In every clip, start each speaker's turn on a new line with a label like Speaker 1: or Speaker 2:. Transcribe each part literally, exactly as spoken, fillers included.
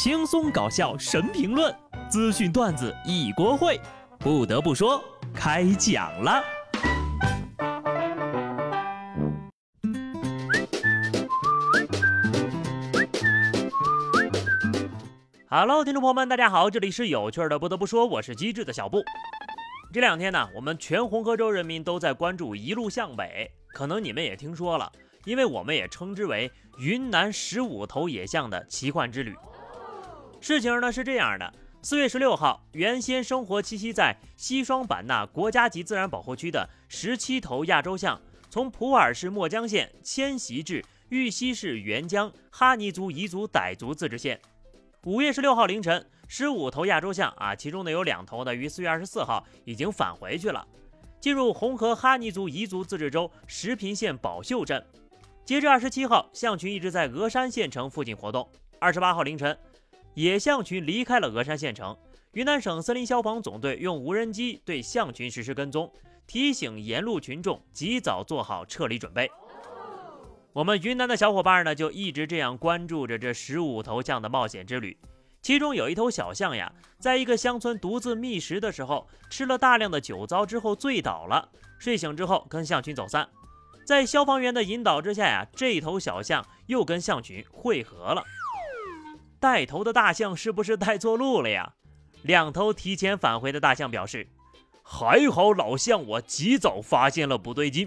Speaker 1: 轻松搞笑神评论，资讯段子一锅烩。不得不说，开讲了。Hello， 听众朋友们，大家好，这里是有趣的。不得不说，我是机智的小布。这两天呢，我们全红河州人民都在关注一路向北，可能你们也听说了，因为我们也称之为云南十五头野象的奇幻之旅。事情呢是这样的，四月十六号，原先生活栖息在西双版纳国家级自然保护区的十七头亚洲象，从普洱市墨江县迁徙至玉溪市沅江哈尼族彝族傣族自治县。五月十六号凌晨，十五头亚洲象啊，其中呢有两头呢于四月二十四号已经返回去了，进入红河哈尼族彝族自治州石屏县宝秀镇。截至二十七号，象群一直在峨山县城附近活动。二十八号凌晨，野象群离开了峨山县城，云南省森林消防总队用无人机对象群实施跟踪，提醒沿路群众及早做好撤离准备。我们云南的小伙伴呢，就一直这样关注着这十五头象的冒险之旅。其中有一头小象呀，在一个乡村独自觅食的时候，吃了大量的酒糟之后醉倒了，睡醒之后跟象群走散。在消防员的引导之下呀，这头小象又跟象群汇合了。带头的大象是不是带错路了呀？两头提前返回的大象表示，还好老象我及早发现了不对劲。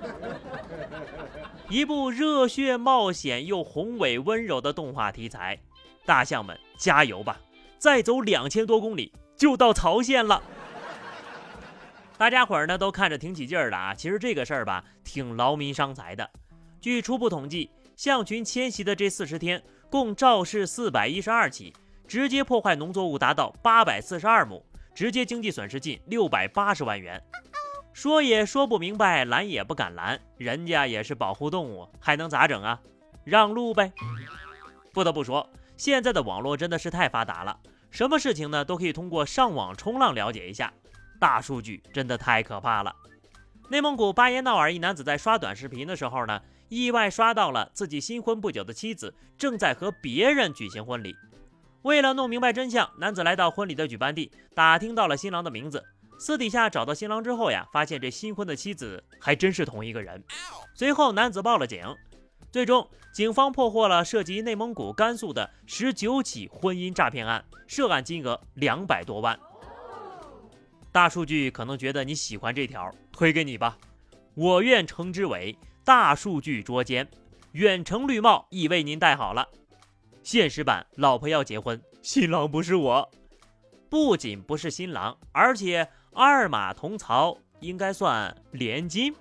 Speaker 1: 一部热血冒险又宏伟温柔的动画题材，大象们加油吧，再走两千多公里就到曹县了。大家伙儿呢都看着挺起劲儿的啊，其实这个事儿吧挺劳民伤财的。据初步统计，象群迁徙的这四十天共肇事四百一十二起，直接破坏农作物达到八百四十二亩，直接经济损失近六百八十万元。说也说不明白，拦也不敢拦，人家也是保护动物，还能咋整啊？让路呗。不得不说，现在的网络真的是太发达了，什么事情呢都可以通过上网冲浪了解一下。大数据真的太可怕了。内蒙古巴彦淖尔一男子在刷短视频的时候呢，意外刷到了自己新婚不久的妻子正在和别人举行婚礼。为了弄明白真相，男子来到婚礼的举办地，打听到了新郎的名字。私底下找到新郎之后呀，发现这新婚的妻子还真是同一个人。随后男子报了警，最终警方破获了涉及内蒙古、甘肃的十九起婚姻诈骗案，涉案金额两百多万。大数据可能觉得你喜欢这条，推给你吧。我愿称之为大数据捉奸，远程绿帽已为您戴好了。现实版老婆要结婚，新郎不是我。不仅不是新郎，而且二马同槽，应该算连金。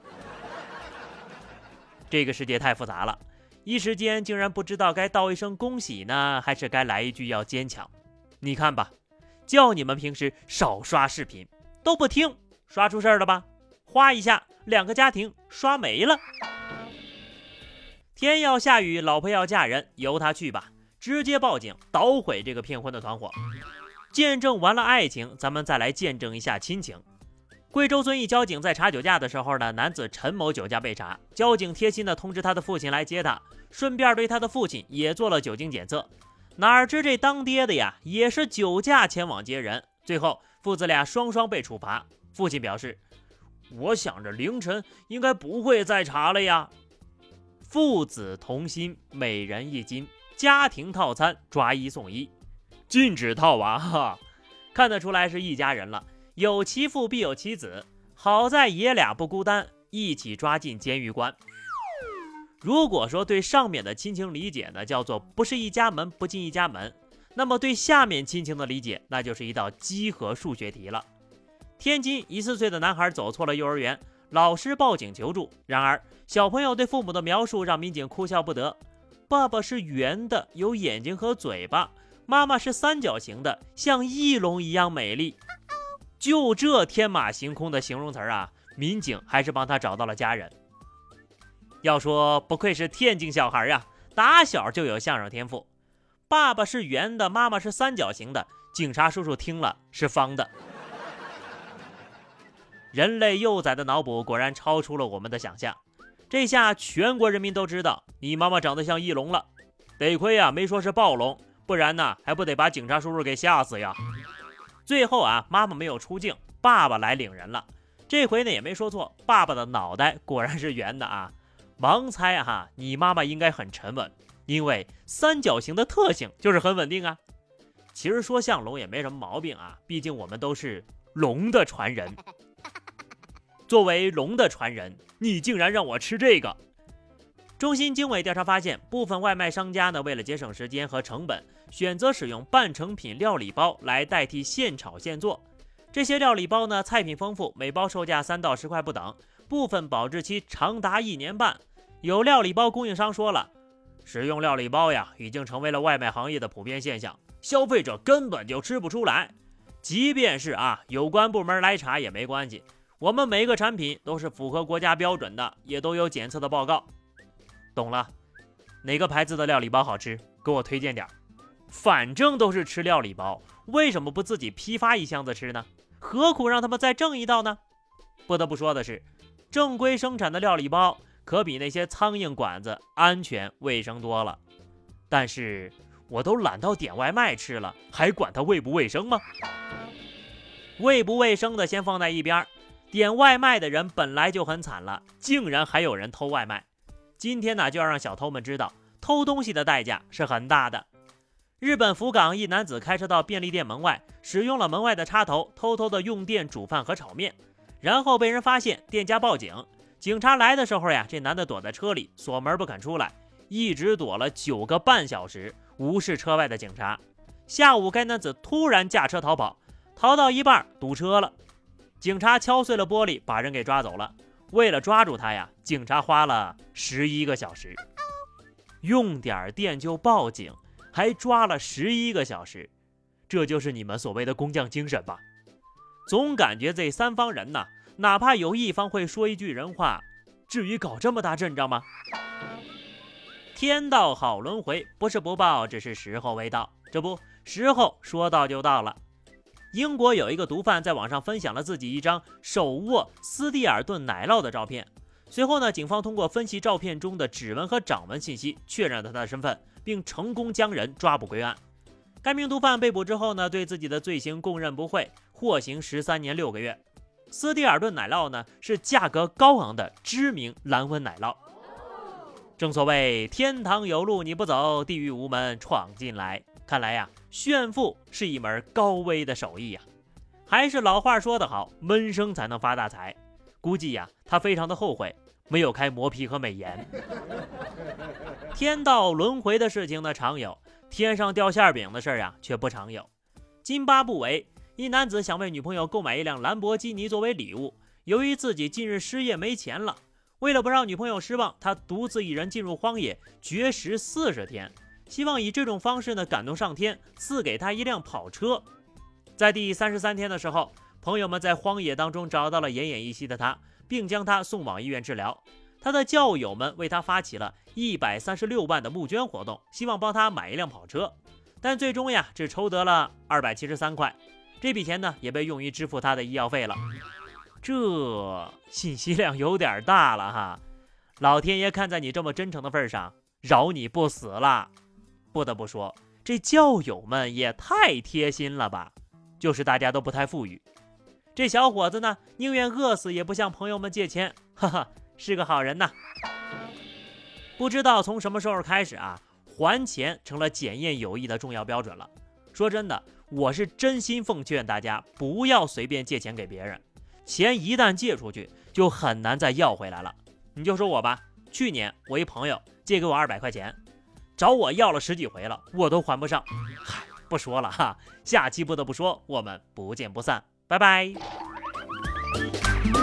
Speaker 1: 这个世界太复杂了，一时间竟然不知道该道一声恭喜呢，还是该来一句要坚强。你看吧，叫你们平时少刷视频都不听，刷出事儿了吧？哗一下，两个家庭刷没了。天要下雨，老婆要嫁人，由他去吧，直接报警捣毁这个骗婚的团伙。见证完了爱情，咱们再来见证一下亲情。贵州遵义交警在查酒驾的时候呢，男子陈某酒驾被查，交警贴心的通知他的父亲来接他，顺便对他的父亲也做了酒精检测。哪知这当爹的呀，也是酒驾前往接人，最后父子俩双双被处罚。父亲表示，我想着凌晨应该不会再查了呀。父子同心，每人一斤，家庭套餐抓一送一。禁止套娃哈，看得出来是一家人了，有其父必有其子，好在爷俩不孤单，一起抓进监狱关。如果说对上面的亲情理解呢，叫做不是一家门不进一家门，那么对下面亲情的理解，那就是一道几何数学题了。天津一四岁的男孩走错了幼儿园，老师报警求助，然而小朋友对父母的描述让民警哭笑不得。爸爸是圆的，有眼睛和嘴巴，妈妈是三角形的，像翼龙一样美丽。就这天马行空的形容词啊，民警还是帮他找到了家人。要说不愧是天津小孩啊，打小就有相声天赋。爸爸是圆的，妈妈是三角形的，警察叔叔听了是方的。人类幼崽的脑补果然超出了我们的想象，这下全国人民都知道你妈妈长得像翼龙了。得亏啊没说是暴龙， 不然呢还不得把警察叔叔给吓死呀。最后啊，妈妈没有出境，爸爸来领人了。这回呢也没说错，爸爸的脑袋果然是圆的啊。盲猜哈，你妈妈应该很沉稳，因为三角形的特性就是很稳定啊。其实说像龙也没什么毛病啊，毕竟我们都是龙的传人。作为龙的传人，你竟然让我吃这个。中新经纬调查发现，部分外卖商家呢，为了节省时间和成本，选择使用半成品料理包来代替现炒现做。这些料理包呢，菜品丰富，每包售价三到十块不等，部分保质期长达一年半。有料理包供应商说了，使用料理包呀，已经成为了外卖行业的普遍现象，消费者根本就吃不出来。即便是啊，有关部门来查也没关系，我们每个产品都是符合国家标准的，也都有检测的报告。懂了，哪个牌子的料理包好吃，给我推荐点。反正都是吃料理包，为什么不自己批发一箱子吃呢？何苦让他们再挣一道呢？不得不说的是，正规生产的料理包可比那些苍蝇馆子安全卫生多了。但是我都懒到点外卖吃了，还管它卫不卫生吗？卫不卫生的先放在一边，点外卖的人本来就很惨了，竟然还有人偷外卖。今天呢，就要让小偷们知道，偷东西的代价是很大的。日本福冈一男子开车到便利店门外，使用了门外的插头，偷偷的用电煮饭和炒面，然后被人发现，店家报警。警察来的时候呀，这男的躲在车里，锁门不肯出来，一直躲了九个半小时，无视车外的警察。下午，该男子突然驾车逃跑，逃到一半堵车了，警察敲碎了玻璃，把人给抓走了。为了抓住他呀，警察花了十一个小时，用点电就报警，还抓了十一个小时，这就是你们所谓的工匠精神吧？总感觉这三方人呐，哪怕有一方会说一句人话，至于搞这么大阵仗吗？天道好轮回，不是不报，只是时候未到。这不，时候说到就到了。英国有一个毒贩在网上分享了自己一张手握斯蒂尔顿奶酪的照片。随后呢，警方通过分析照片中的指纹和掌纹信息，确认了他的身份，并成功将人抓捕归案。该名毒贩被捕之后呢，对自己的罪行供认不讳，获刑十三年六个月。斯蒂尔顿奶酪呢，是价格高昂的知名蓝纹奶酪。正所谓天堂有路你不走，地狱无门闯进来。看来呀，炫富是一门高危的手艺呀。还是老话说得好，闷声才能发大财。估计呀，他非常的后悔没有开磨皮和美颜。天道轮回的事情呢常有，天上掉馅饼的事呀却不常有。津巴布韦一男子想为女朋友购买一辆兰博基尼作为礼物，由于自己近日失业没钱了，为了不让女朋友失望，他独自一人进入荒野绝食四十天，希望以这种方式呢感动上天，赐给他一辆跑车。在第三十三天的时候，朋友们在荒野当中找到了奄奄一息的他，并将他送往医院治疗。他的教友们为他发起了一百三十六万的募捐活动，希望帮他买一辆跑车，但最终呀只筹得了二百七十三块，这笔钱呢也被用于支付他的医药费了。这信息量有点大了哈，老天爷看在你这么真诚的份上，饶你不死了。不得不说，这教友们也太贴心了吧，就是大家都不太富裕。这小伙子呢，宁愿饿死也不向朋友们借钱，哈哈，是个好人呐。不知道从什么时候开始啊，还钱成了检验友谊的重要标准了。说真的，我是真心奉劝大家不要随便借钱给别人，钱一旦借出去，就很难再要回来了。你就说我吧，去年我一朋友借给我二百块钱，找我要了十几回了，我都还不上。嗨，不说了哈，下期不得不说，我们不见不散，拜拜。